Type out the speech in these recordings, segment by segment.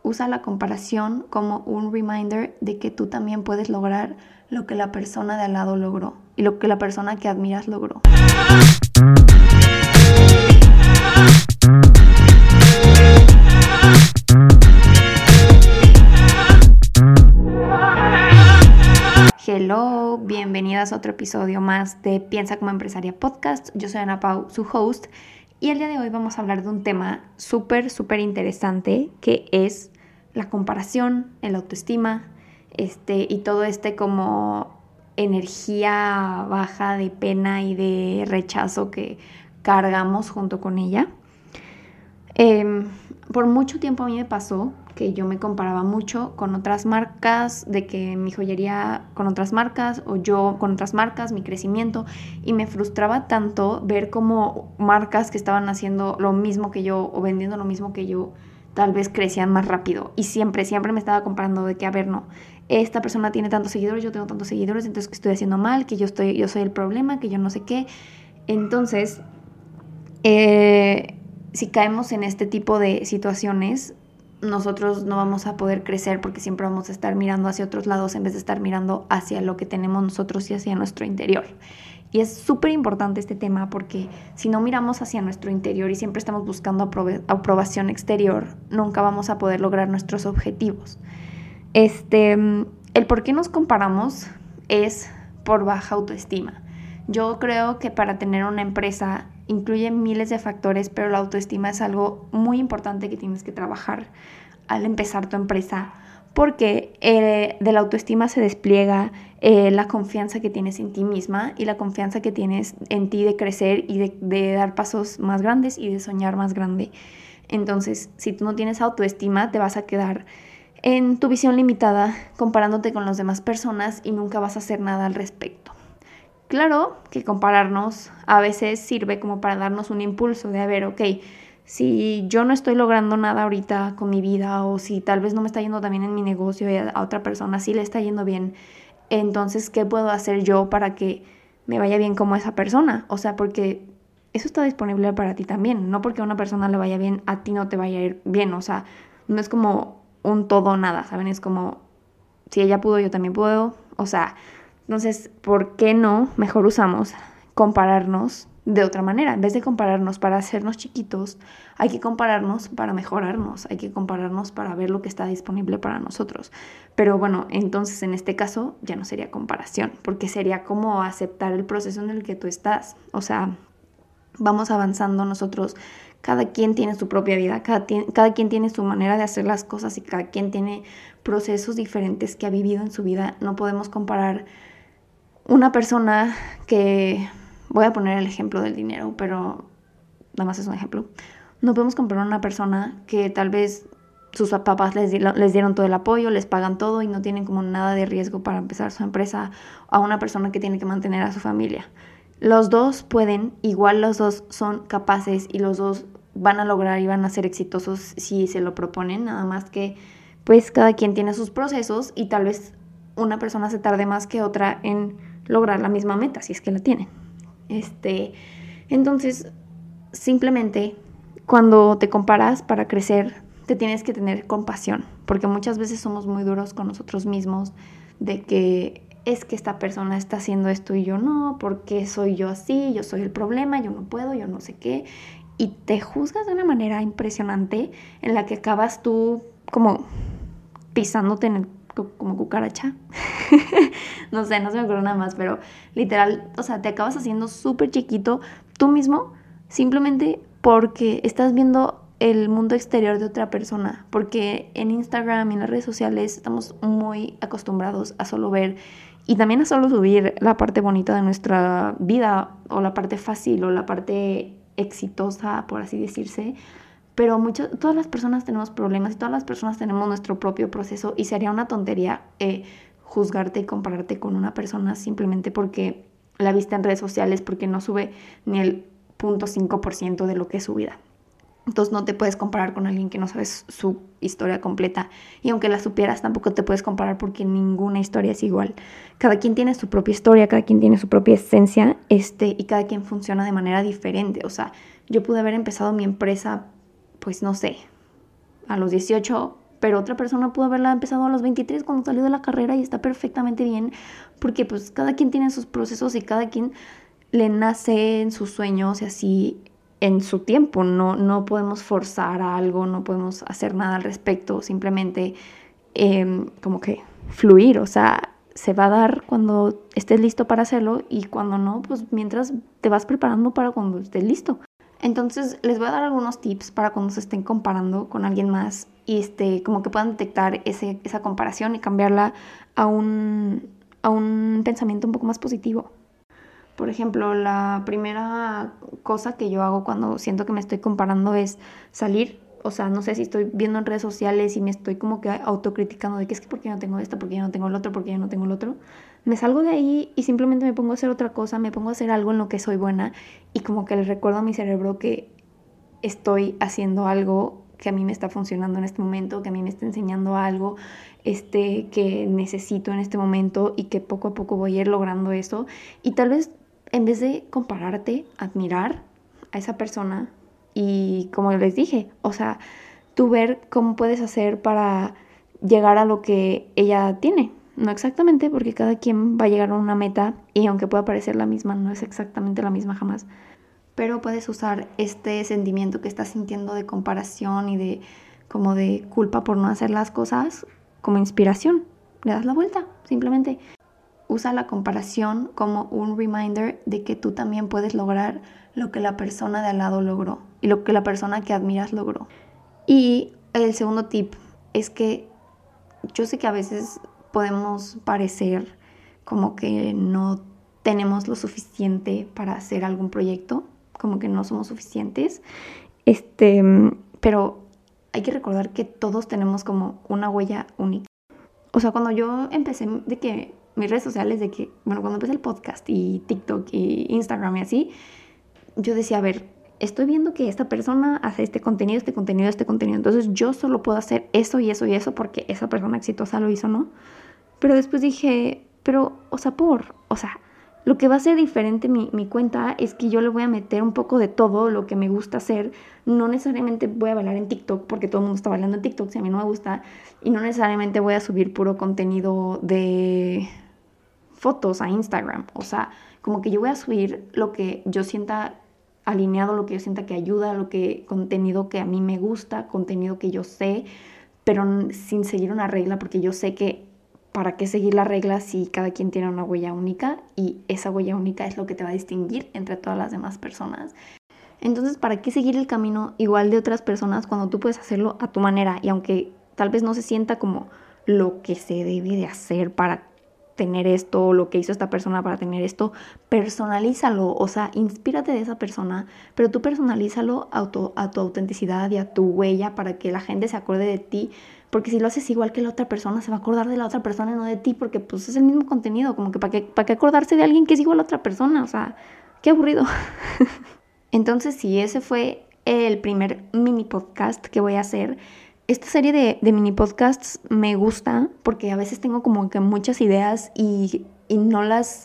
usa la comparación como un reminder de que tú también puedes lograr lo que la persona de al lado logró y lo que la persona que admiras logró. Hello, bienvenidas a otro episodio más de Piensa como Empresaria Podcast. Yo soy Ana Pau, su host, y el día de hoy vamos a hablar de un tema súper interesante que es la comparación, el autoestima, y todo como energía baja de pena y de rechazo que cargamos junto con ella. Por mucho tiempo a mí me pasó que yo me comparaba mucho con otras marcas, de que mi joyería con otras marcas o yo con otras marcas, mi crecimiento, y me frustraba tanto ver cómo marcas que estaban haciendo lo mismo que yo o vendiendo lo mismo que yo tal vez crecían más rápido, y siempre me estaba comparando de que, a ver, no, esta persona tiene tantos seguidores, yo tengo tantos seguidores, entonces que estoy haciendo mal, que yo soy el problema, que yo no sé qué. Entonces, si caemos en este tipo de situaciones, nosotros no vamos a poder crecer porque siempre vamos a estar mirando hacia otros lados en vez de estar mirando hacia lo que tenemos nosotros y hacia nuestro interior. Y es súper importante este tema porque si no miramos hacia nuestro interior y siempre estamos buscando aprobación exterior, nunca vamos a poder lograr nuestros objetivos. El por qué nos comparamos es por baja autoestima. Yo creo que para tener una empresa incluye miles de factores, pero la autoestima es algo muy importante que tienes que trabajar al empezar tu empresa, porque de la autoestima se despliega la confianza que tienes en ti misma y la confianza que tienes en ti de crecer y de dar pasos más grandes y de soñar más grande. Entonces, si tú no tienes autoestima, te vas a quedar en tu visión limitada comparándote con las demás personas y nunca vas a hacer nada al respecto. Claro que compararnos a veces sirve como para darnos un impulso de, a ver, ok, si yo no estoy logrando nada ahorita con mi vida o si tal vez no me está yendo tan bien en mi negocio y a otra persona sí le está yendo bien, entonces, ¿qué puedo hacer yo para que me vaya bien como esa persona? O sea, porque eso está disponible para ti también, no porque a una persona le vaya bien, a ti no te vaya a ir bien, o sea, no es como un todo o nada, ¿saben? Es como, si ella pudo, yo también puedo, o sea. Entonces, ¿por qué no mejor usamos compararnos de otra manera? En vez de compararnos para hacernos chiquitos, hay que compararnos para mejorarnos, hay que compararnos para ver lo que está disponible para nosotros. Pero bueno, entonces en este caso ya no sería comparación, porque sería como aceptar el proceso en el que tú estás. O sea, vamos avanzando nosotros, cada quien tiene su propia vida, cada quien tiene su manera de hacer las cosas y cada quien tiene procesos diferentes que ha vivido en su vida. No podemos comparar una persona que, voy a poner el ejemplo del dinero, pero nada más es un ejemplo. No podemos comparar una persona que tal vez sus papás les dieron todo el apoyo, les pagan todo y no tienen como nada de riesgo para empezar su empresa, a una persona que tiene que mantener a su familia. Los dos pueden, igual los dos son capaces y los dos van a lograr y van a ser exitosos si se lo proponen, nada más que pues cada quien tiene sus procesos y tal vez una persona se tarde más que otra en lograr la misma meta, si es que la tienen. Entonces, simplemente cuando te comparas para crecer, te tienes que tener compasión, porque muchas veces somos muy duros con nosotros mismos, de que es que esta persona está haciendo esto y yo no, porque soy yo así, yo soy el problema, yo no puedo, yo no sé qué, y te juzgas de una manera impresionante en la que acabas tú como pisándote como cucaracha. No sé, no se me ocurre nada más, pero literal, o sea, te acabas haciendo súper chiquito tú mismo simplemente porque estás viendo el mundo exterior de otra persona, porque en Instagram y en las redes sociales estamos muy acostumbrados a solo ver y también a solo subir la parte bonita de nuestra vida o la parte fácil o la parte exitosa, por así decirse. Pero todas las personas tenemos problemas y todas las personas tenemos nuestro propio proceso y sería una tontería juzgarte y compararte con una persona simplemente porque la viste en redes sociales, porque no sube ni el 0.5% de lo que es su vida. Entonces no te puedes comparar con alguien que no sabes su historia completa. Y aunque la supieras, tampoco te puedes comparar porque ninguna historia es igual. Cada quien tiene su propia historia, cada quien tiene su propia esencia, y cada quien funciona de manera diferente. O sea, yo pude haber empezado mi empresa, pues no sé, a los 18 pero otra persona pudo haberla empezado a los 23 cuando salió de la carrera y está perfectamente bien, porque pues cada quien tiene sus procesos y cada quien le nace en sus sueños y así en su tiempo. No podemos forzar a algo, no podemos hacer nada al respecto, simplemente como que fluir, o sea, se va a dar cuando estés listo para hacerlo y cuando no, pues mientras te vas preparando para cuando estés listo. Entonces les voy a dar algunos tips para cuando se estén comparando con alguien más y como que puedan detectar esa comparación y cambiarla a un pensamiento un poco más positivo. Por ejemplo, la primera cosa que yo hago cuando siento que me estoy comparando es salir. O sea, no sé si estoy viendo en redes sociales y me estoy como que autocriticando de que es que ¿por qué no tengo esto? ¿Por qué yo no tengo el otro? ¿Por qué yo no tengo el otro? Me salgo de ahí y simplemente me pongo a hacer otra cosa, me pongo a hacer algo en lo que soy buena y como que le recuerdo a mi cerebro que estoy haciendo algo que a mí me está funcionando en este momento, que a mí me está enseñando algo que necesito en este momento y que poco a poco voy a ir logrando eso. Y tal vez en vez de compararte, admirar a esa persona y como les dije, o sea, tú ver cómo puedes hacer para llegar a lo que ella tiene. No exactamente, porque cada quien va a llegar a una meta y aunque pueda parecer la misma, no es exactamente la misma jamás. Pero puedes usar este sentimiento que estás sintiendo de comparación y como de culpa por no hacer las cosas como inspiración. Le das la vuelta, simplemente. Usa la comparación como un reminder de que tú también puedes lograr lo que la persona de al lado logró y lo que la persona que admiras logró. Y el segundo tip es que yo sé que a veces podemos parecer como que no tenemos lo suficiente para hacer algún proyecto, como que no somos suficientes, pero hay que recordar que todos tenemos como una huella única. O sea, cuando yo empecé de que mis redes sociales, cuando empecé el podcast y TikTok y Instagram y así, yo decía, a ver, estoy viendo que esta persona hace este contenido, entonces yo solo puedo hacer eso y eso y eso porque esa persona exitosa lo hizo, ¿no? Pero después dije, lo que va a ser diferente mi cuenta es que yo le voy a meter un poco de todo lo que me gusta hacer. No necesariamente voy a bailar en TikTok porque todo el mundo está bailando en TikTok si a mí no me gusta. Y no necesariamente voy a subir puro contenido de fotos a Instagram. O sea, como que yo voy a subir lo que yo sienta alineado, lo que yo sienta que ayuda, contenido que a mí me gusta, contenido que yo sé, pero sin seguir una regla porque yo sé que ¿para qué seguir la regla si cada quien tiene una huella única? Y esa huella única es lo que te va a distinguir entre todas las demás personas. Entonces, ¿para qué seguir el camino igual de otras personas cuando tú puedes hacerlo a tu manera? Y aunque tal vez no se sienta como lo que se debe de hacer para tener esto, o lo que hizo esta persona para tener esto, personalízalo, o sea, inspírate de esa persona, pero tú personalízalo a tu autenticidad y a tu huella para que la gente se acuerde de ti, porque si lo haces igual que la otra persona, se va a acordar de la otra persona y no de ti, porque pues es el mismo contenido, como que ¿para qué acordarse de alguien que es igual a otra persona? O sea, qué aburrido. Entonces sí, ese fue el primer mini podcast que voy a hacer. Esta serie de mini podcasts me gusta porque a veces tengo como que muchas ideas y no las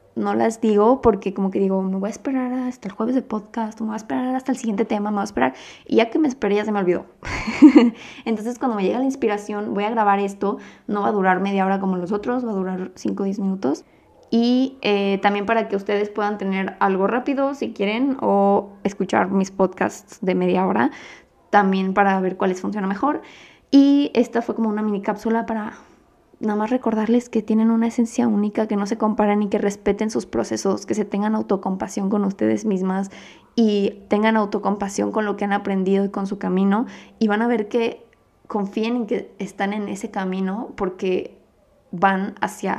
digo porque como que digo, me voy a esperar hasta el jueves de podcast, me voy a esperar hasta el siguiente tema, me voy a esperar y ya que me esperé ya se me olvidó. Entonces cuando me llega la inspiración voy a grabar esto, no va a durar media hora como los otros, va a durar 5 o 10 minutos. Y también para que ustedes puedan tener algo rápido si quieren o escuchar mis podcasts de media hora, también para ver cuáles funcionan mejor. Y esta fue como una mini cápsula para nada más recordarles que tienen una esencia única, que no se comparen y que respeten sus procesos, que se tengan autocompasión con ustedes mismas y tengan autocompasión con lo que han aprendido y con su camino. Y van a ver que confíen en que están en ese camino porque van hacia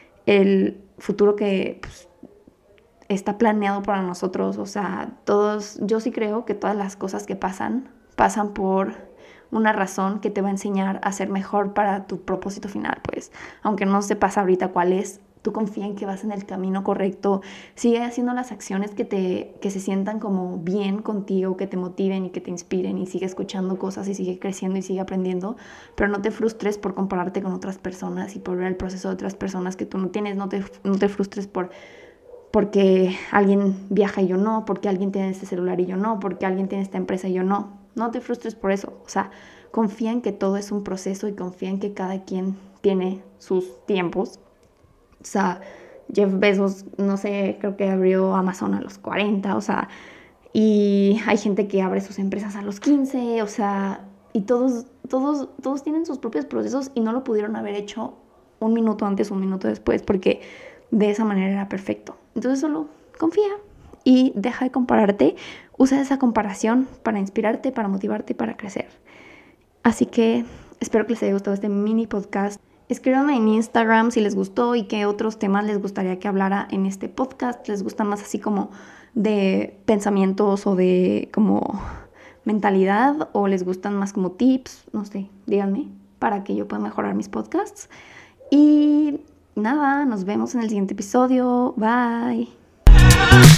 el futuro que pues, está planeado para nosotros. O sea, yo sí creo que todas las cosas que pasan por una razón que te va a enseñar a ser mejor para tu propósito final, pues. Aunque no sepas ahorita cuál es, tú confía en que vas en el camino correcto. Sigue haciendo las acciones que se sientan como bien contigo, que te motiven y que te inspiren y sigue escuchando cosas y sigue creciendo y sigue aprendiendo, pero no te frustres por compararte con otras personas y por ver el proceso de otras personas que tú no tienes. No te frustres porque alguien viaja y yo no, porque alguien tiene este celular y yo no, porque alguien tiene esta empresa y yo no. No te frustres por eso. O sea, confía en que todo es un proceso y confía en que cada quien tiene sus tiempos. O sea, Jeff Bezos, no sé, creo que abrió Amazon a los 40, o sea, y hay gente que abre sus empresas a los 15, o sea, y todos tienen sus propios procesos y no lo pudieron haber hecho un minuto antes, un minuto después, porque de esa manera era perfecto. Entonces solo confía y deja de compararte. Usa esa comparación para inspirarte, para motivarte y para crecer. Así que espero que les haya gustado este mini podcast. Escríbanme en Instagram si les gustó y qué otros temas les gustaría que hablara en este podcast. ¿Les gusta más así como de pensamientos o de como mentalidad, o les gustan más como tips? No sé, díganme para que yo pueda mejorar mis podcasts. Y nada, nos vemos en el siguiente episodio. Bye.